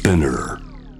Spinner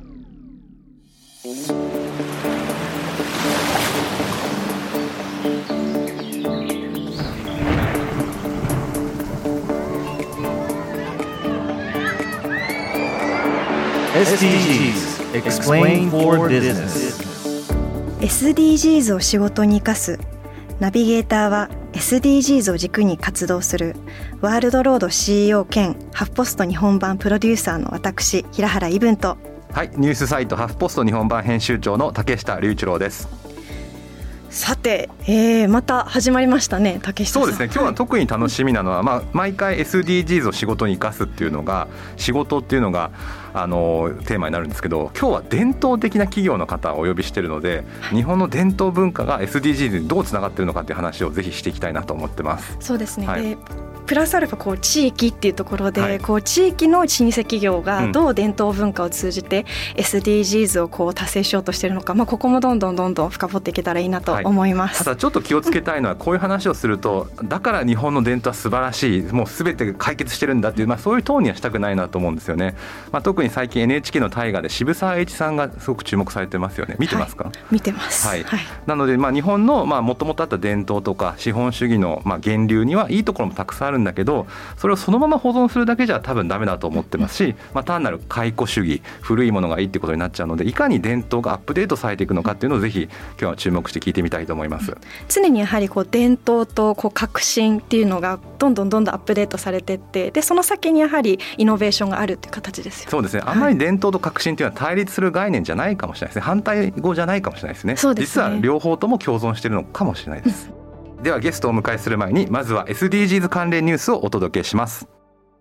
SDGs Explain for Business SDGs を仕事に生かすナビゲーターは SDGs を軸に活動するワールドロード CEO 兼ハフポスト日本版プロデューサーの私平原伊文と、 はい、ニュースサイトハフポスト日本版編集長の竹下隆一郎です。 さて、また始まりましたね、竹下さん。 そうですね、今日は特に楽しみなのは、毎回 SDGs を仕事に生かすっていうのが仕事っていうのがテーマになるんですけど、今日は伝統的な企業の方をお呼びしているので、日本の伝統文化が SDGs にどうつながっているのかっていう話をぜひしていきたいなと思ってます。 そうですね、 はいプラスアルファ地域っていうところで、 はい、 地域の老舗企業がどう伝統文化を通じて SDGs を達成しようとしているのか、ここもどんどん深掘っていけたらいいなと思います。 ただちょっと気をつけたいのはこういう話をするとだから日本の伝統は素晴らしい、もう全て解決してるんだっていう、そういうトーンにはしたくないなと思うんですよね。特に最近 NHK の大河で渋沢栄一さんがすごく注目されてますよね。見てますか？ 見てます、 はいはい、なので日本のもともとあった伝統とか資本主義の源流にはいいところもたくさんあるんだけど、それをそのまま保存するだけじゃ多分ダメだと思ってますし、単なる解雇主義、古いものがいいってことになっちゃうので、いかに伝統がアップデートされていくのかっていうのをぜひ今日は注目して聞いてみたいと思います。 常にやはり伝統と革新っていうのがどんどんアップデートされていって、でその先にやはりイノベーションがあるっていう形ですよ。そうですね、 あんまり伝統と革新っていうのは対立する概念じゃないかもしれないですね。反対語じゃないかもしれないですね。 そうですね、 実は両方とも共存しているのかもしれないですではゲストをお迎えする前にまずは SDGs 関連ニュースをお届けします。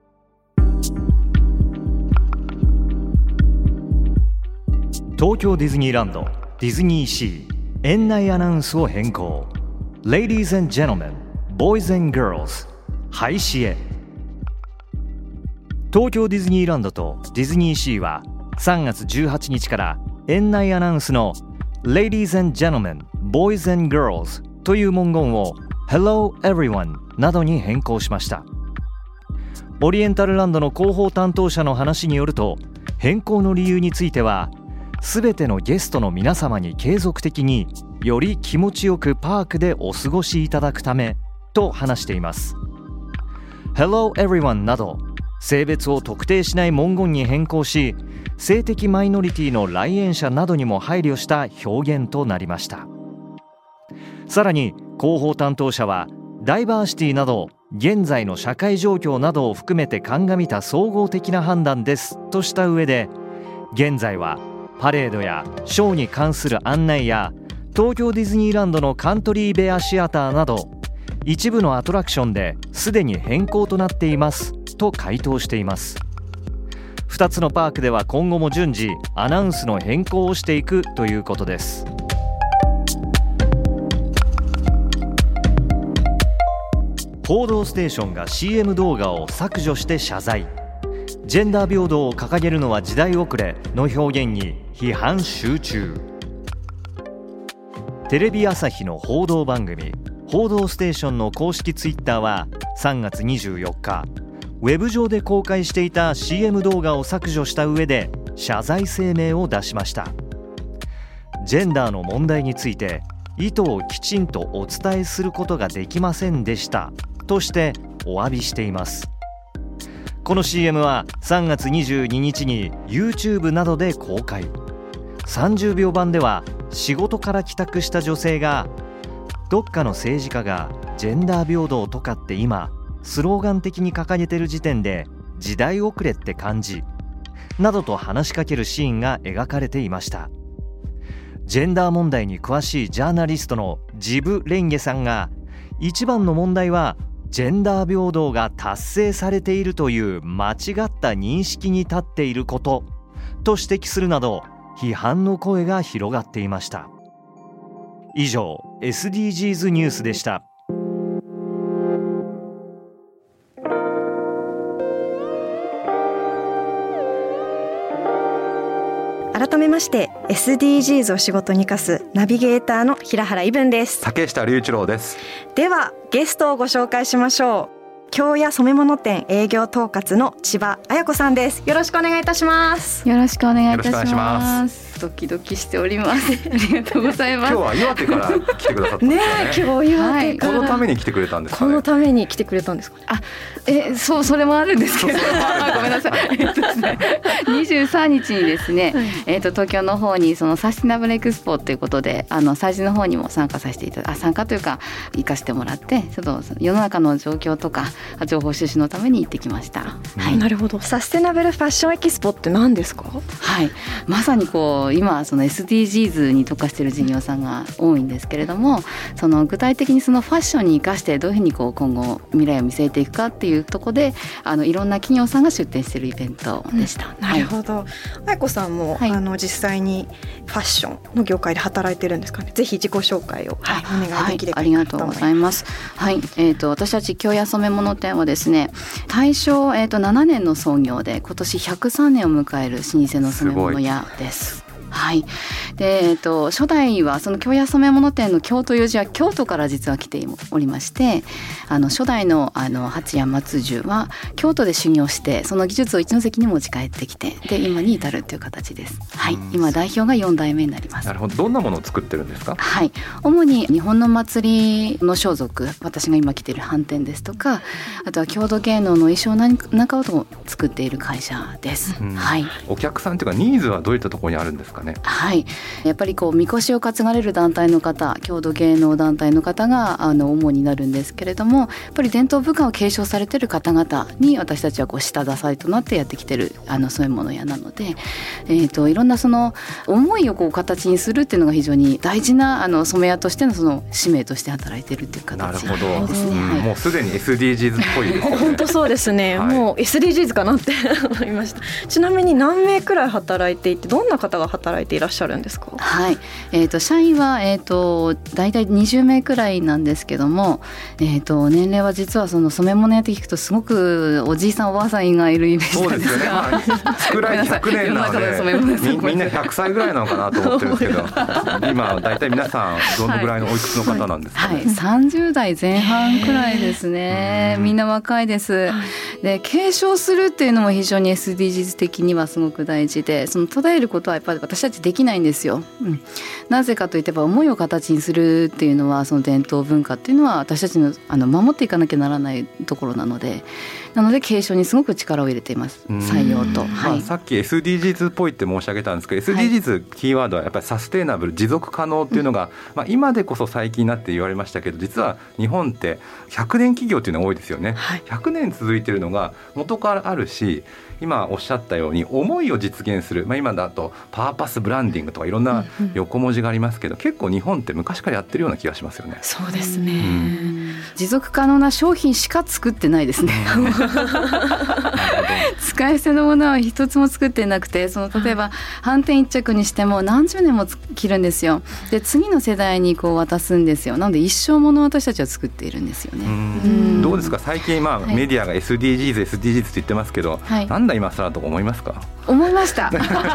東京ディズニーランドディズニーシー園内アナウンスを変更。 Ladies and Gentlemen Boys and Girls 廃止へ。東京ディズニーランドとディズニーシーは3月18日から園内アナウンスの Ladies and Gentlemen Boys and Girls という文言を Hello Everyone などに変更しました。オリエンタルランドの広報担当者の話によると、変更の理由についてはすべてのゲストの皆様に継続的により気持ちよくパークでお過ごしいただくためと話しています。 Hello Everyone など性別を特定しない文言に変更し、性的マイノリティの来園者などにも配慮した表現となりました。さらに広報担当者はダイバーシティなど現在の社会状況などを含めて鑑みた総合的な判断ですとした上で、現在はパレードやショーに関する案内や東京ディズニーランドのカントリーベアシアターなど一部のアトラクションですでに変更となっていますと回答しています。2つのパークでは今後も順次アナウンスの変更をしていくということです。報道ステーションが CM 動画を削除して謝罪。ジェンダー平等を掲げるのは時代遅れの表現に批判集中。テレビ朝日の報道番組報道ステーションの公式ツイッターは3月24日ウェブ上で公開していた CM 動画を削除した上で謝罪声明を出しました。ジェンダーの問題について意図をきちんとお伝えすることができませんでしたとしてお詫びしています。この CM は3月22日に YouTube などで公開。30秒版では仕事から帰宅した女性がどっかの政治家がジェンダー平等とかって今スローガン的に掲げてる時点で時代遅れって感じなどと話しかけるシーンが描かれていました。ジェンダー問題に詳しいジャーナリストのジブ・レンゲさんが、一番の問題はジェンダー平等が達成されているという間違った認識に立っていることと指摘するなど批判の声が広がっていました。以上 SDGs ニュースでした。 改めまして SDGs を仕事に生かすナビゲーターの平原伊文です。 竹下隆一郎です。 ではゲストをご紹介しましょう。 京屋染物店営業統括の千葉彩子さんです。よろしくお願いいたします。 よろしくお願いいたしよろしくお願いしま。 ますドキドキしております。ありがとうございます。 今日は岩手から来てくださったんですよね。 今日岩手から、 このために来てくれたんですかね。 このために来てくれたんですか。 それもあるんですけどごめんなさい。23日にですね、東京の方にそのサスティナブルエクスポということで催事の方にも参加させていただ参加というか行かせてもらって、ちょっと世の中の状況とか情報収集のために行ってきました。 なるほど。サステナブルファッションエキスポって何ですか。 はい、まさに今その SDGs に特化している事業さんが多いんですけれども、その具体的にそのファッションに生かしてどういうふうに今後未来を見据えていくかっていうところでいろんな企業さんが出展しているイベントでした。 なるほど。彩子さんも、実際にファッションの業界で働いてるんですかね。ぜひ自己紹介を、お願いできればありがとうございます。私たち京屋染物店はですね、大正7年の創業で今年103年を迎える老舗の染物屋です。で初代はその京屋染物店の京という字は京都から実は来ておりまして、初代の八谷松寿は京都で修行してその技術を一関に持ち帰ってきて、で今に至るという形です。今代表が4代目になります。 なるほど。どんなものを作ってるんですか。 主に日本の祭りの装束、私が今着ている斑点ですとか、あとは郷土芸能の衣装なんかを作っている会社です。 お客さんというかニーズはどういったところにあるんですかね。 やっぱりみこしを担がれる団体の方、郷土芸能団体の方が主になるんですけれども、やっぱり伝統文化を継承されている方々に私たちは下支えとなってやってきているそういうもの屋なので、いろんなその思いを形にするっていうのが非常に大事な染め屋としてのその使命として働いているっていう形ですね。 なるほど。もうすでに SDGs っぽいですね。 本当そうですね、もう SDGs かなって思いました。ちなみに何名くらい働いていて、どんな方が働いていらっしゃるんですか。 社員はだいたい20名くらいなんですけども、年齢は実はその染め物屋って聞くとすごくおじいさんおばあさんがいるイメージなんですが、 作られ100年なのでみんな100歳ぐらいなのかなと思ってるんですけど今だいたい皆さんどのぐらいのおいくつの方なんですかね。 30代前半くらいですね。みんな若いです。で継承するっていうのも非常に SDGs 的にはすごく大事で、その途絶えることはやっぱり私たちできないんですよ。なぜかといえば思いを形にするっていうのは、その伝統文化っていうのは私たちの守っていかなきゃならないところなので継承にすごく力を入れています。採用と、 さっき SDGs っぽいって申し上げたんですけど、SDGs キーワードはやっぱりサステイナブル、持続可能っていうのが、今でこそ最近になって言われましたけど、実は日本って100年企業っていうのが多いですよね。100年続いてるのが元からあるし、今おっしゃったように思いを実現する、今だとパーパスブランディングとかいろんな横文字がありますけど、結構日本って昔からやってるような気がしますよね。 そうですね、 持続可能な商品しか作ってないですね。使い捨てのものは一つも作ってなくて、例えば斑点一着にしても何十年も着るんですよ。で次の世代に渡すんですよ。なので一生ものを私たちは作っているんですよね。 どうですか最近メディアが SDGs って言ってますけど、なんだ今更と思いますか。 思いました。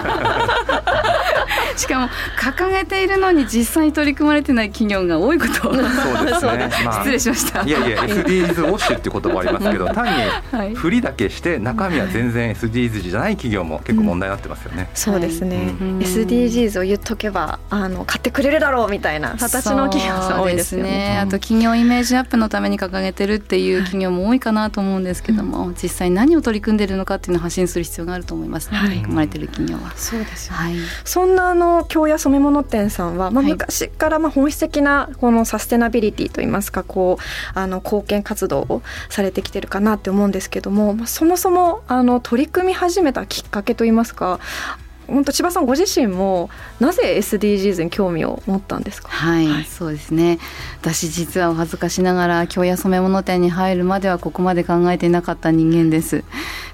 しかも掲げているのに実際に取り組まれてない企業が多いことをそうですね、 失礼しました。 いや SDGs ウォッシュっていう言葉ありますけど、単に振りだけして中身は全然 SDGs じゃない企業も結構問題になってますよね。 そうですね、SDGs を言っとけば買ってくれるだろうみたいな形の企業さん多いですよね。 あと企業イメージアップのために掲げてるっていう企業も多いかなと思うんですけども、実際何を取り組んでいるのかっていうのを発信する必要があると思いますね。取り組まれてる企業は。 そうですよね。そんな京屋染物店さんは、昔から本質的なこのサステナビリティといいますか、貢献活動をされてきてるかなって思うんですけども、そもそも取り組み始めたきっかけといいますか、本当千葉さんご自身もなぜ SDGs に興味を持ったんですか。 そうですね。私実はお恥ずかしながら京屋染物店に入るまではここまで考えていなかった人間です。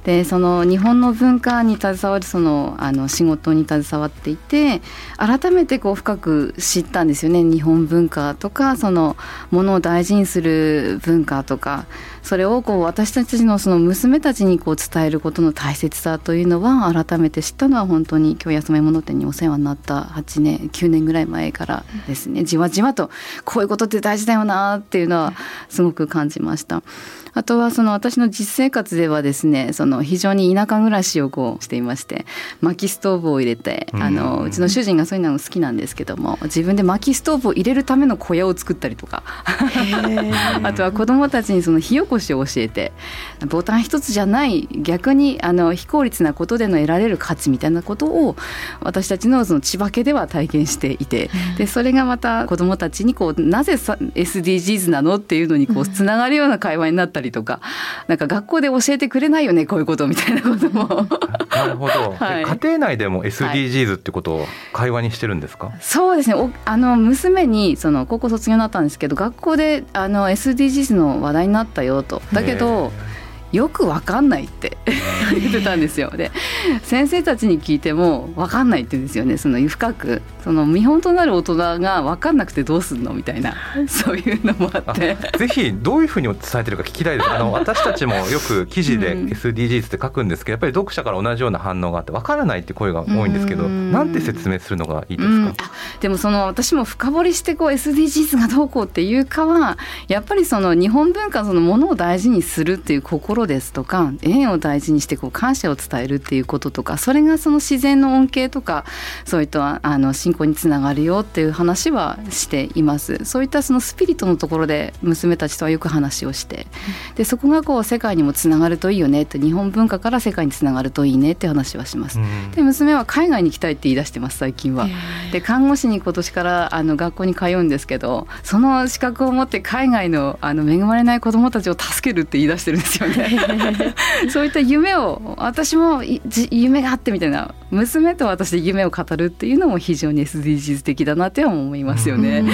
でその日本の文化に携わる仕事に携わっていて、改めてこう深く知ったんですよね。日本文化とかそのものを大事にする文化とか、それをこう私たちのその娘たちにこう伝えることの大切さというのは改めて知ったのは、本当に京谷染物店にお世話になった8年9年ぐらい前からですね。じわじわとこういうことって大事だよなっていうのはすごく感じました。あとは私の実生活ではですね、非常に田舎暮らしをこうしていまして、薪ストーブを入れて、うちの主人がそういうの好きなんですけども、自分で薪ストーブを入れるための小屋を作ったりとかあとは子どもたちにその火起こしを教えて、ボタン一つじゃない逆に非効率なことでの得られる価値みたいなことを私たちのその千葉家では体験していて、でそれがまた子どもたちにこうなぜSDGs なのっていうのにこうつながるような会話になったりとか、なんか学校で教えてくれないよねこういうことみたいなこともなるほど、 はい、 家庭内でも SDGs ってことを会話にしてるんですか？ そうですね。娘に高校卒業になったんですけど、学校でSDGs の話題になったよと。だけどよく分かんないって言ってたんですよ。で先生たちに聞いても分かんないって言うんですよね。深く見本となる大人が分かんなくてどうすんのみたいな、そういうのもあって、 ぜひどういうふうに伝えてるか聞きたいです。私たちもよく記事で SDGs って書くんですけど、やっぱり読者から同じような反応があって分からないって声が多いんですけど、なんて説明するのがいいですか？ でも私も深掘りしてSDGs がどうこうっていうかは、やっぱり日本文化ものを大事にするっていう心ですとか、縁を大事にして感謝を伝えるっていうこととか、それが自然の恩恵とかそういった信仰につながるよっていう話はしています。そういったスピリットのところで娘たちとはよく話をして、でそこが世界にもつながるといいよねって、日本文化から世界につながるといいねって話はします。で娘は海外に行きたいって言い出してます最近は。で看護師に今年から学校に通うんですけど、その資格を持って海外の恵まれない子どもたちを助けるって言い出してるんですよねそういった夢を、私も夢があってみたいな、娘と私で夢を語るっていうのも非常に SDGs 的だなって思いますよね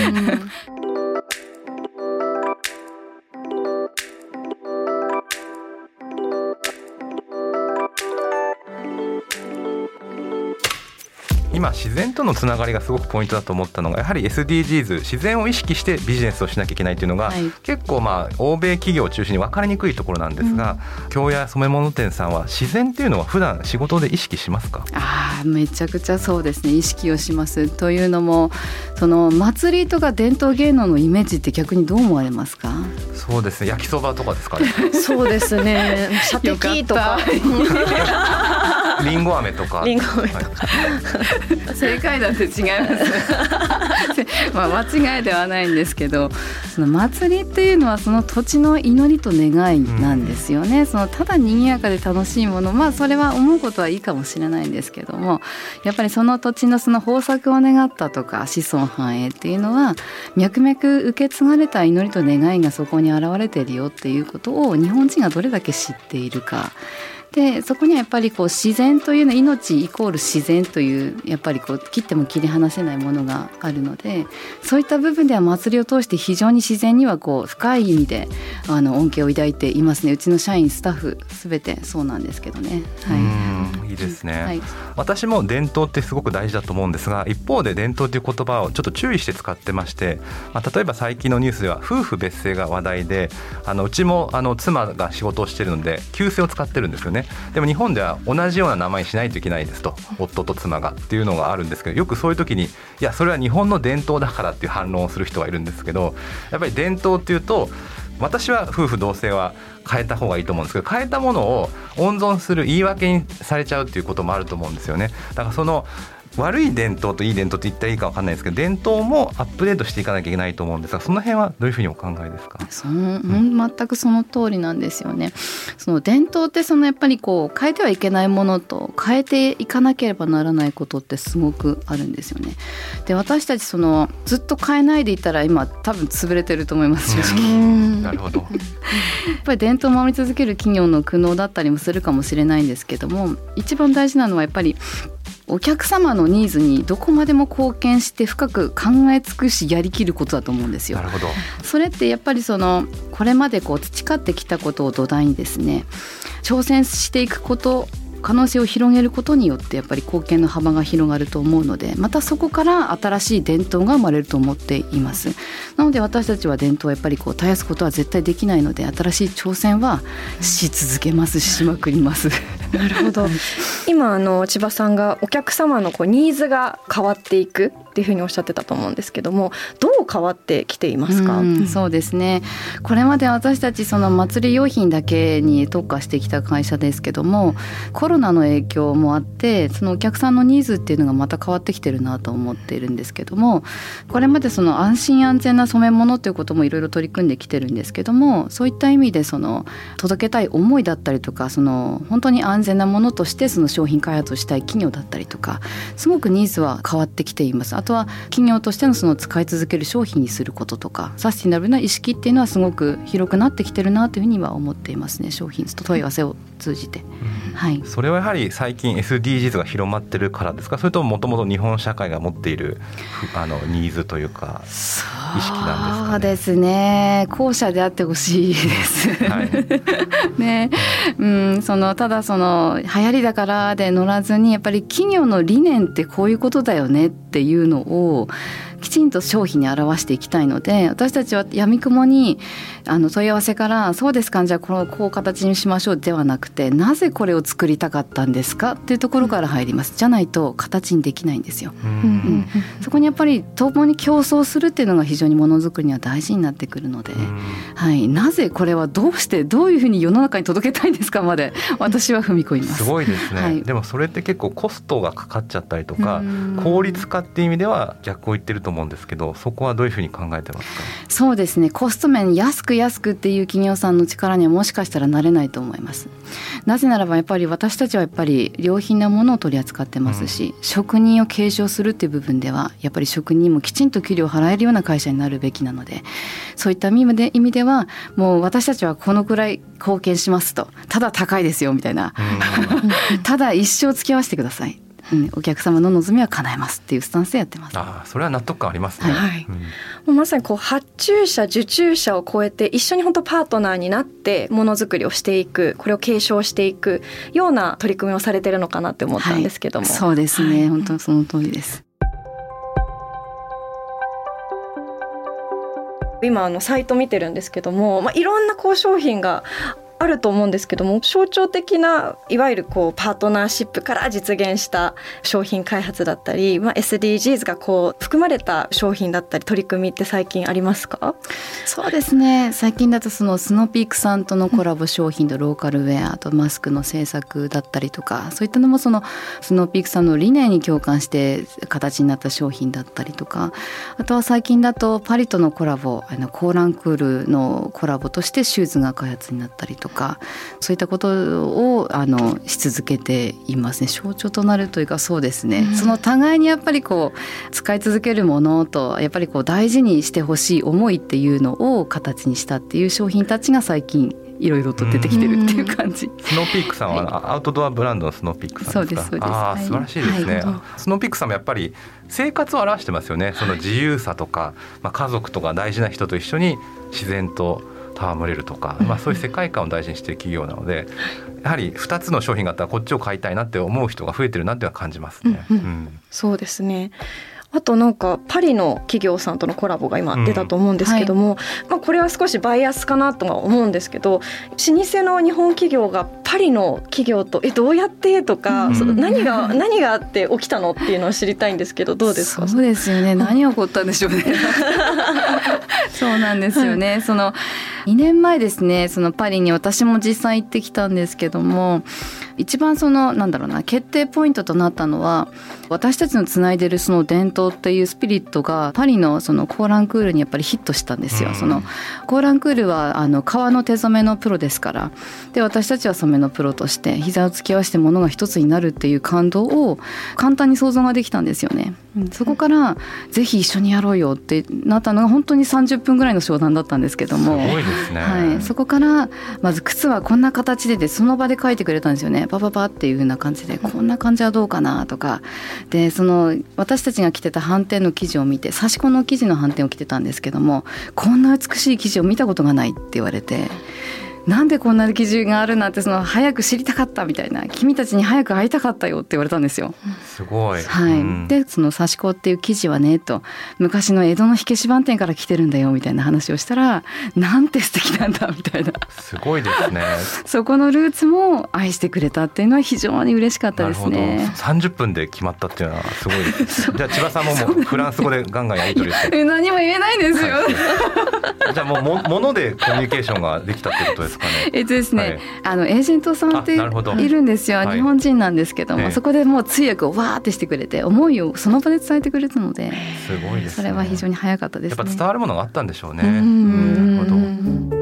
今自然とのつながりがすごくポイントだと思ったのが、やはり SDGs 自然を意識してビジネスをしなきゃいけないというのが、結構欧米企業を中心に分かりにくいところなんですが、京谷染物店さんは自然っていうのは普段仕事で意識しますか？ めちゃくちゃそうですね、意識をします。というのも祭りとか伝統芸能のイメージって逆にどう思われますか？ そうですね、焼きそばとかですかねそうですね、射的とかりんご飴とか正解だって違います間違いではないんですけど、祭りっていうのはその土地の祈りと願いなんですよね。ただ賑やかで楽しいもの、それは思うことはいいかもしれないんですけども、やっぱりその土地の豊作を願ったとか子孫繁栄っていうのは脈々受け継がれた祈りと願いがそこに現れているよっていうことを日本人がどれだけ知っているかで、そこにはやっぱり自然というのは命イコール自然というやっぱり切っても切り離せないものがあるので、そういった部分では祭りを通して非常に自然には深い意味で恩恵を抱いていますね。うちの社員スタッフすべてそうなんですけどね、 いいですね、私も伝統ってすごく大事だと思うんですが、一方で伝統という言葉をちょっと注意して使ってまして、例えば最近のニュースでは夫婦別姓が話題で、うちも妻が仕事をしているので旧姓を使ってるんですよね。でも日本では同じような名前にしないといけないですと、夫と妻がっていうのがあるんですけど、よくそういう時にいやそれは日本の伝統だからっていう反論をする人がいるんですけど、やっぱり伝統っていうと、私は夫婦同姓は変えた方がいいと思うんですけど、変えたものを温存する言い訳にされちゃうっていうこともあると思うんですよね。だから悪い伝統といい伝統って言ったらいいか分かんないですけど、伝統もアップデートしていかなきゃいけないと思うんですが、その辺はどういうふうにお考えですか？ 全くその通りなんですよね。伝統ってやっぱり変えてはいけないものと変えていかなければならないことってすごくあるんですよね。で私たちずっと変えないでいたら今多分潰れてると思います正直なるほどやっぱり伝統を守り続ける企業の苦悩だったりもするかもしれないんですけども、一番大事なのはやっぱりお客様のニーズにどこまでも貢献して深く考え尽くしやりきることだと思うんですよ。 なるほど。 それってやっぱりこれまで培ってきたことを土台にですね、挑戦していくこと、可能性を広げることによってやっぱり貢献の幅が広がると思うので、またそこから新しい伝統が生まれると思っています。なので私たちは伝統をやっぱり絶やすことは絶対できないので、新しい挑戦はし続けますしまくります。 なるほど。今千葉さんがお客様のニーズが変わっていくっていうふうにおっしゃってたと思うんですけども、どう変わってきていますか？ そうですね、これまで私たち祭り用品だけに特化してきた会社ですけども、コロナの影響もあってお客さんのニーズっていうのがまた変わってきてるなと思っているんですけども、これまで安心安全な染め物ということもいろいろ取り組んできてるんですけども、そういった意味で届けたい思いだったりとか、本当に安全なものとして商品開発をしたい企業だったりとか、すごくニーズは変わってきています。あとは企業としての使い続ける商品にすることとか、サスティナブルな意識っていうのはすごく広くなってきてるなというふうには思っていますね。商品と問い合わせを通じて、はい、 それはやはり最近 SDGs が広まってるからですか？それとももともと日本社会が持っているニーズというか意識なんですかね？ そうですね、後者であってほしいです、はいね、ただ流行りだからで乗らずに、やっぱり企業の理念ってこういうことだよねっていうのをきちんと商品に表していきたいので、私たちは闇雲に問い合わせからそうですか、じゃあこう形にしましょうではなくて、なぜこれを作りたかったんですかっていうところから入ります。じゃないと形にできないんですよ。そこにやっぱり共に競争するっていうのが非常にものづくりには大事になってくるので、はい、なぜこれはどうしてどういうふうに世の中に届けたいんですかまで私は踏み込みます。 すごいですね、はい、でもそれって結構コストがかかっちゃったりとか効率化っていう意味では逆を言ってると思うんですけど、そこはどういうふうに考えてますか？ そうですね、コスト面安くっていう企業さんの力にはもしかしたらなれないと思います。なぜならばやっぱり私たちはやっぱり良品なものを取り扱ってますし、職人を継承するっていう部分ではやっぱり職人もきちんと給料を払えるような会社になるべきなので、そういった意味ではもう私たちはこのくらい貢献しますと、ただ高いですよみたいなただ一生付き合わせてください、お客様の望みは叶えますっていうスタンスでやってます。 それは納得感ありますね、 はい、もうまさに発注者受注者を超えて一緒に本当パートナーになってものづくりをしていく、これを継承していくような取り組みをされているのかなって思ったんですけども、 はい、そうですね、はい、本当にその通りです。 今サイト見てるんですけども、いろんな商品があると思うんですけども、象徴的ないわゆるパートナーシップから実現した商品開発だったり、SDGs が含まれた商品だったり取り組みって最近ありますか？ そうですね、最近だとスノーピークさんとのコラボ商品とローカルウェア、あとマスクの制作だったりとか、そういったのもスノーピークさんの理念に共感して形になった商品だったりとか、あとは最近だとパリとのコラボ、コーランクールのコラボとしてシューズが開発になったりとか、そういったことをし続けていますね。象徴となるというか、そうですね、その互いにやっぱり使い続けるものとやっぱり大事にしてほしい思いっていうのを形にしたっていう商品たちが最近いろいろと出てきてるっていう感じ。 スノーピークさんはアウトドアブランドのスノーピークさんですか？ そうです。 素晴らしいですね、はい、スノーピークさんもやっぱり生活を表してますよね。その自由さとか、家族とか大事な人と一緒に自然と戯れるとか、そういう世界観を大事にしている企業なので、やはり2つの商品があったらこっちを買いたいなって思う人が増えてるなっては感じますね、 そうですね。あとパリの企業さんとのコラボが今出たと思うんですけども、これは少しバイアスかなとは思うんですけど、老舗の日本企業がパリの企業とどうやってとか、何があって起きたのっていうのを知りたいんですけど、どうですか？ そうですよね、何が起こったんでしょうねそうなんですよね、2年前ですね、パリに私も実際行ってきたんですけども、一番決定ポイントとなったのは、私たちのつないでる伝統っていうスピリットがパリのコーランクールにやっぱりヒットしたんですよ。コーランクールは革の手染めのプロですから、で私たちは染めのプロとして膝を突き合わせて物が一つになるっていう感動を簡単に想像ができたんですよね。そこからぜひ一緒にやろうよってなったのが本当に30分ぐらいの商談だったんですけども、 すごいですね、 はい、そこからまず靴はこんな形でその場で書いてくれたんですよね。パパパっていう風な感じでこんな感じはどうかなとかで、その私たちが着てた斑点の生地を見て、刺し子の生地の斑点を着てたんですけども、こんな美しい生地を見たことがないって言われて、なんでこんな生地があるなんて、その早く知りたかったみたいな、君たちに早く会いたかったよって言われたんですよ。 すごい、 はい、でその刺し子っていう生地はねと、昔の江戸の火消し番店から来てるんだよみたいな話をしたら、なんて素敵なんだみたいな、 すごいですねそこのルーツも愛してくれたっていうのは非常に嬉しかったですね。 なるほど、30分で決まったっていうのはすごいですじゃあ千葉さんもうフランス語でガンガンやり取りして何も言えないんですよ、はい、 じゃあもう物でコミュニケーションができたってことですかね。 ですね、はい、エージェントさんっているんですよ、日本人なんですけども、そこでもう通訳をわーってしてくれて、思いをその場で伝えてくれたので、 すごいですね、 それは非常に早かったですね。 やっぱ伝わるものがあったんでしょうね。なるほど。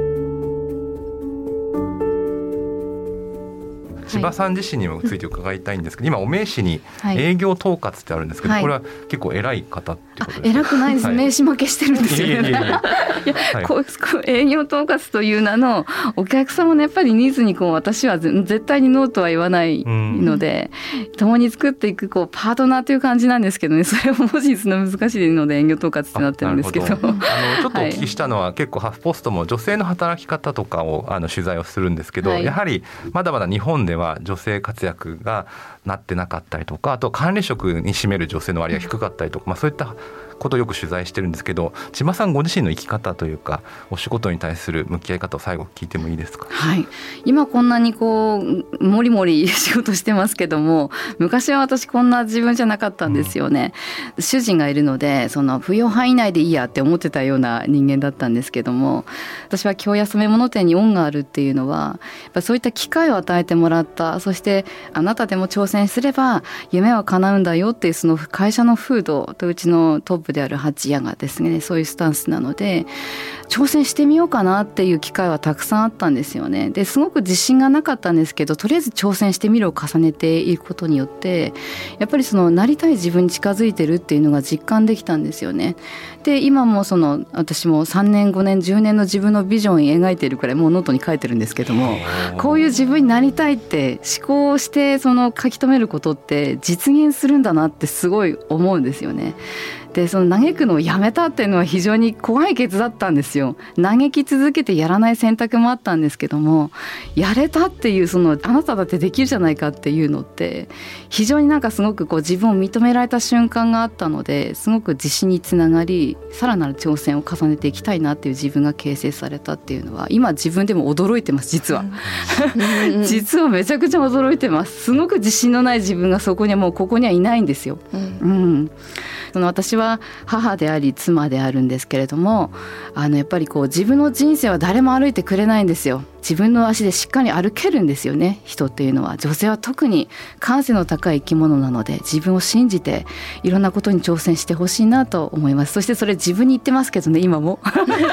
千葉さん自身にもついて伺いたいんですけど、今お名刺に営業統括ってあるんですけど、これは結構偉い方ってことですか？ 偉くないです、名刺負けしてるんですよね。営業統括という名のお客様のやっぱりニーズに私は絶対にノーとは言わないので、共に作っていくパートナーという感じなんですけどね、それを文字にするの難しいので営業統括ってなってるんですけど、ちょっとお聞きしたのは、結構ハフポストも女性の働き方とかを取材をするんですけど、やはりまだまだ日本では女性活躍がなってなかったりとか、あと管理職に占める女性の割合が低かったりとか、そういったことをよく取材してるんですけど、千葉さんご自身の生き方というかお仕事に対する向き合い方を最後聞いてもいいですか？ はい、今こんなにもりもり仕事してますけども、昔は私こんな自分じゃなかったんですよね、主人がいるのでその扶養範囲内でいいやって思ってたような人間だったんですけども、私は京屋染物店に恩があるっていうのはやっぱそういった機会を与えてもらった、そしてあなたでも挑戦すれば夢は叶うんだよっていう、その会社の風土とうちのトップである八谷がですね、そういうスタンスなので挑戦してみようかなっていう機会はたくさんあったんですよね。ですごく自信がなかったんですけど、とりあえず挑戦してみるを重ねていくことによってやっぱりそのなりたい自分に近づいてるっていうのが実感できたんですよね。で今も私も3年5年10年の自分のビジョンを描いているくらいもうノートに書いてるんですけども、こういう自分になりたいって思考して書き留めることって実現するんだなってすごい思うんですよね。でその嘆くのをやめたっていうのは非常に怖い決だったんですよ。嘆き続けてやらない選択もあったんですけども、やれたっていうあなただってできるじゃないかっていうのって非常にすごく自分を認められた瞬間があったので、すごく自信につながり、さらなる挑戦を重ねていきたいなっていう自分が形成されたっていうのは今自分でも驚いてます。実は実はめちゃくちゃ驚いてます。すごく自信のない自分がそこにはもうここにはいないんですよ、私は母であり妻であるんですけれども、やっぱり自分の人生は誰も歩いてくれないんですよ。自分の足でしっかり歩けるんですよね。人っていうのは、女性は特に感性の高い生き物なので、自分を信じていろんなことに挑戦してほしいなと思います。そしてそれ自分に言ってますけどね、今も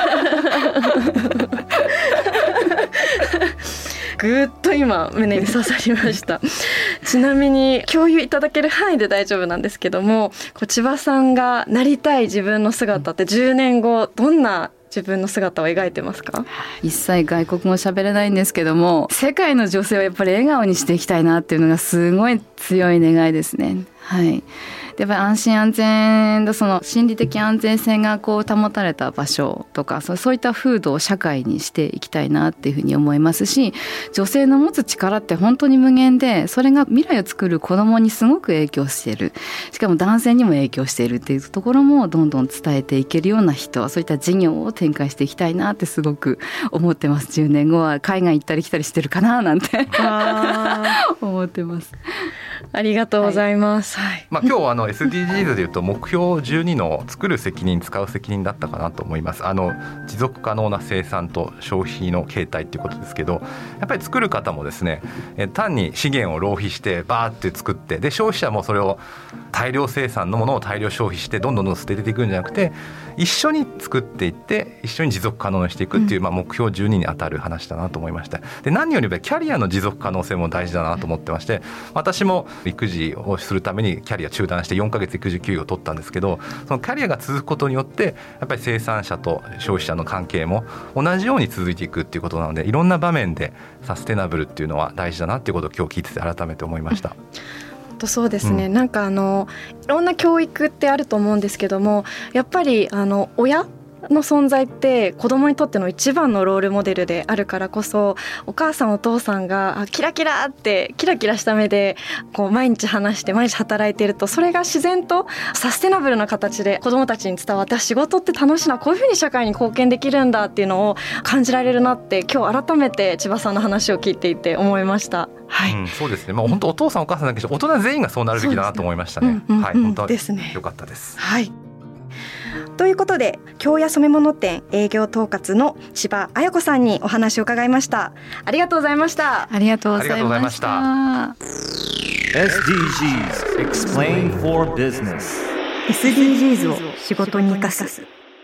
ぐーっと今胸に刺さりましたちなみに共有いただける範囲で大丈夫なんですけども、千葉さんがなりたい自分の姿って10年後どんな自分の姿を描いてますか？ 一切外国語喋れないんですけども、世界の女性をやっぱり笑顔にしていきたいなっていうのがすごい強い願いですね。はい。でやっぱり安心安全だ、心理的安全性が保たれた場所とか、そういった風土を社会にしていきたいなっていうふうに思いますし、女性の持つ力って本当に無限で、それが未来を作る子供にすごく影響している、しかも男性にも影響しているっていうところもどんどん伝えていけるような人、そういった事業を展開していきたいなってすごく思ってます。10年後は海外行ったり来たりしてるかななんて思ってます。 ありがとうございます、はい。 今日SDGs でいうと目標12の作る責任使う責任だったかなと思います。持続可能な生産と消費の形態ということですけど、やっぱり作る方もですね、単に資源を浪費してバーって作って、で消費者もそれを大量生産のものを大量消費してどんどん捨てていくんじゃなくて、一緒に作っていって一緒に持続可能にしていくっていう、目標12に当たる話だなと思いました。で何よりもキャリアの持続可能性も大事だなと思ってまして、私も育児をするためにキャリア中断して4ヶ月育児休業を取ったんですけど、そのキャリアが続くことによってやっぱり生産者と消費者の関係も同じように続いていくっていうことなので、いろんな場面でサステナブルっていうのは大事だなっていうことを今日聞いてて改めて思いました。 そうですね、なんかいろんな教育ってあると思うんですけども、やっぱり親の存在って子供にとっての一番のロールモデルであるからこそ、お母さんお父さんがキラキラってキラキラした目でこう毎日話して毎日働いていると、それが自然とサステナブルな形で子供たちに伝わって、仕事って楽しいな、こういうふうに社会に貢献できるんだっていうのを感じられるなって今日改めて千葉さんの話を聞いていて思いました。はい、そうですね、 本当お父さんお母さんだけじゃ大人全員がそうなるべきだなと思いましたね。はい、本当ですね、 良かったです。 はい、ということで京谷染物店営業統括の千葉彩子さんにお話を伺いました。ありがとうございました。 ありがとうございました。 SDGs Explain for Business SDGs を仕事に生かす。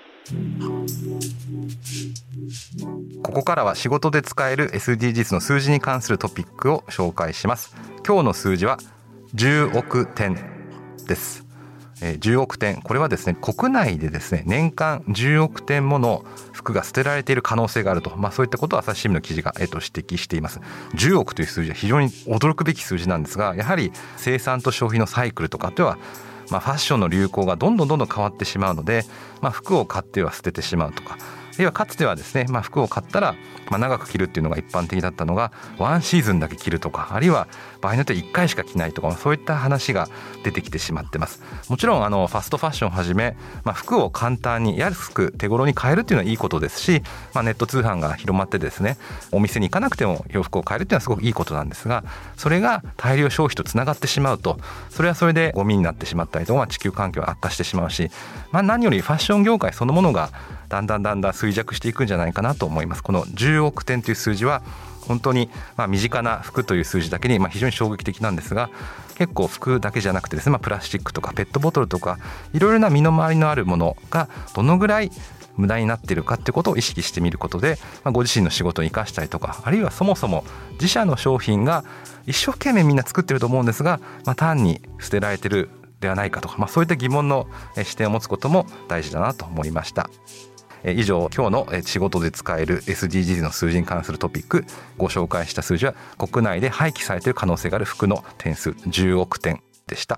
ここからは仕事で使える SDGs の数字に関するトピックを紹介します。今日の数字は10億点です。10億点、これはですね、国内でですね、年間10億点もの服が捨てられている可能性があると、そういったことを朝日新聞の記事が、指摘しています。10億という数字は非常に驚くべき数字なんですが、やはり生産と消費のサイクルとかでは、ファッションの流行がどんどん変わってしまうので、服を買っては捨ててしまうとか、あるいはかつてはですね、服を買ったら長く着るっていうのが一般的だったのがワンシーズンだけ着るとか、あるいは場合によっては1回しか着ないとか、そういった話が出てきてしまってます。もちろんファストファッションをはじめ、服を簡単に安く手頃に買えるっていうのはいいことですし、ネット通販が広まってですね、お店に行かなくても洋服を買えるっていうのはすごくいいことなんですが、それが大量消費とつながってしまうと、それはそれでゴミになってしまったりとか、地球環境が悪化してしまうし、何よりファッション業界そのものがだんだん衰弱していくんじゃないかなと思います。この10億点という数字は本当に身近な服という数字だけに非常に衝撃的なんですが、結構服だけじゃなくてですね、プラスチックとかペットボトルとかいろいろな身の回りのあるものがどのぐらい無駄になっているかってことを意識してみることで、ご自身の仕事に生かしたりとか、あるいはそもそも自社の商品が一生懸命みんな作ってると思うんですが、単に捨てられてるではないかとか、そういった疑問の視点を持つことも大事だなと思いました。以上、今日の仕事で使える SDGs の数字に関するトピック、ご紹介した数字は国内で廃棄されている可能性がある服の点数10億点でした。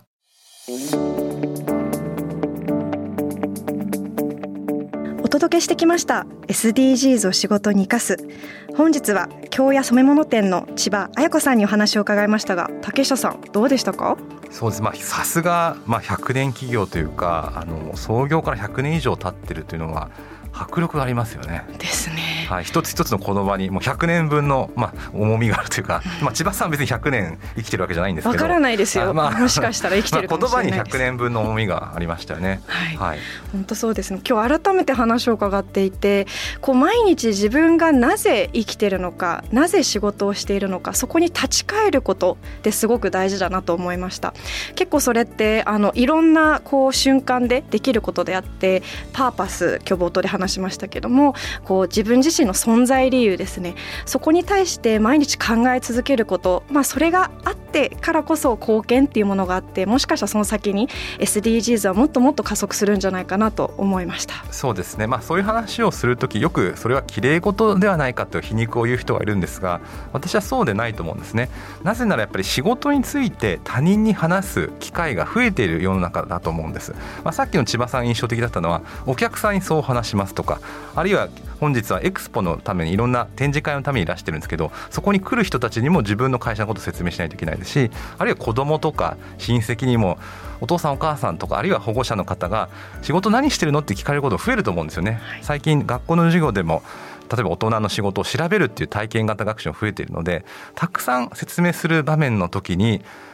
お届けしてきました SDGs を仕事に生かす。本日は京谷染物店の千葉彩子さんにお話を伺いましたが、竹下さんどうでしたか？ そうです、さすが100年企業というか、創業から100年以上経ってるというのは迫力がありますよね。 ですね。 はい、一つ一つの言葉にもう100年分の、重みがあるというか、千葉さん別に100年生きてるわけじゃないんですけど、 わからないですよ、もしかしたら生きてるかもしれないです。 言葉に100年分の重みがありましたよね。 はい、本当そうですね。今日改めて話を伺っていて、毎日自分がなぜ生きてるのか、なぜ仕事をしているのか、そこに立ち返ることってすごく大事だなと思いました。結構それっていろんな瞬間でできることであって、パーパス、今日冒頭で話しましたけども、自分自身の存在理由ですね、そこに対して毎日考え続けること、それがあってからこそ貢献っていうものがあって、もしかしたらその先に SDGs はもっともっと加速するんじゃないかなと思いました。 そうですね、そういう話をするとき、よくそれは綺麗事ではないかという皮肉を言う人がいるんですが、私はそうでないと思うんですね。なぜならやっぱり仕事について他人に話す機会が増えている世の中だと思うんです。さっきの千葉さん印象的だったのは、お客さんにそう話しますとか、あるいは本日はエクスポのためにいろんな展示会のためにいらしてるんですけど、そこに来る人たちにも自分の会社のことを説明しないといけないですし、あるいは子供とか親戚にもお父さんお母さんとか、あるいは保護者の方が仕事何してるのって聞かれること増えると思うんですよね。最近学校の授業でも例えば大人の仕事を調べるっていう体験型学習が増えているので、たくさん説明する場面の時に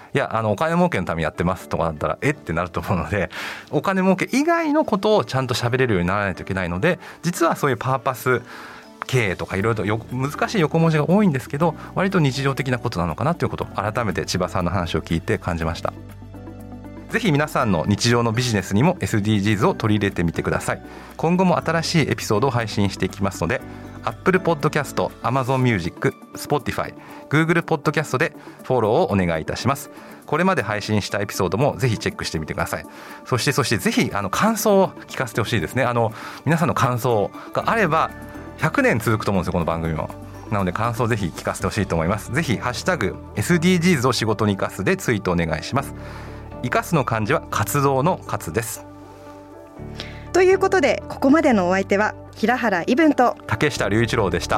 いやお金儲けのためにやってますとかだったらってなると思うので、お金儲け以外のことをちゃんと喋れるようにならないといけないので、実はそういうパーパス経営とかいろいろと難しい横文字が多いんですけど、割と日常的なことなのかなということを改めて千葉さんの話を聞いて感じました。ぜひ皆さんの日常のビジネスにも SDGs を取り入れてみてください。今後も新しいエピソードを配信していきますので、 Apple Podcast、Amazon Music、Spotify、Google Podcast でフォローをお願いいたします。これまで配信したエピソードもぜひチェックしてみてください。そしてぜひ感想を聞かせてほしいですね。皆さんの感想があれば100年続くと思うんですよ、この番組も。なので感想ぜひ聞かせてほしいと思います。ぜひハッシュタグ SDGs を仕事に生かすでツイートお願いします。生かすの漢字は活動の活です。 ということで、ここまでのお相手は平原伊文と竹下隆一郎でした。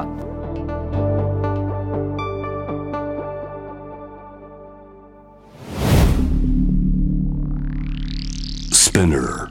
Spinner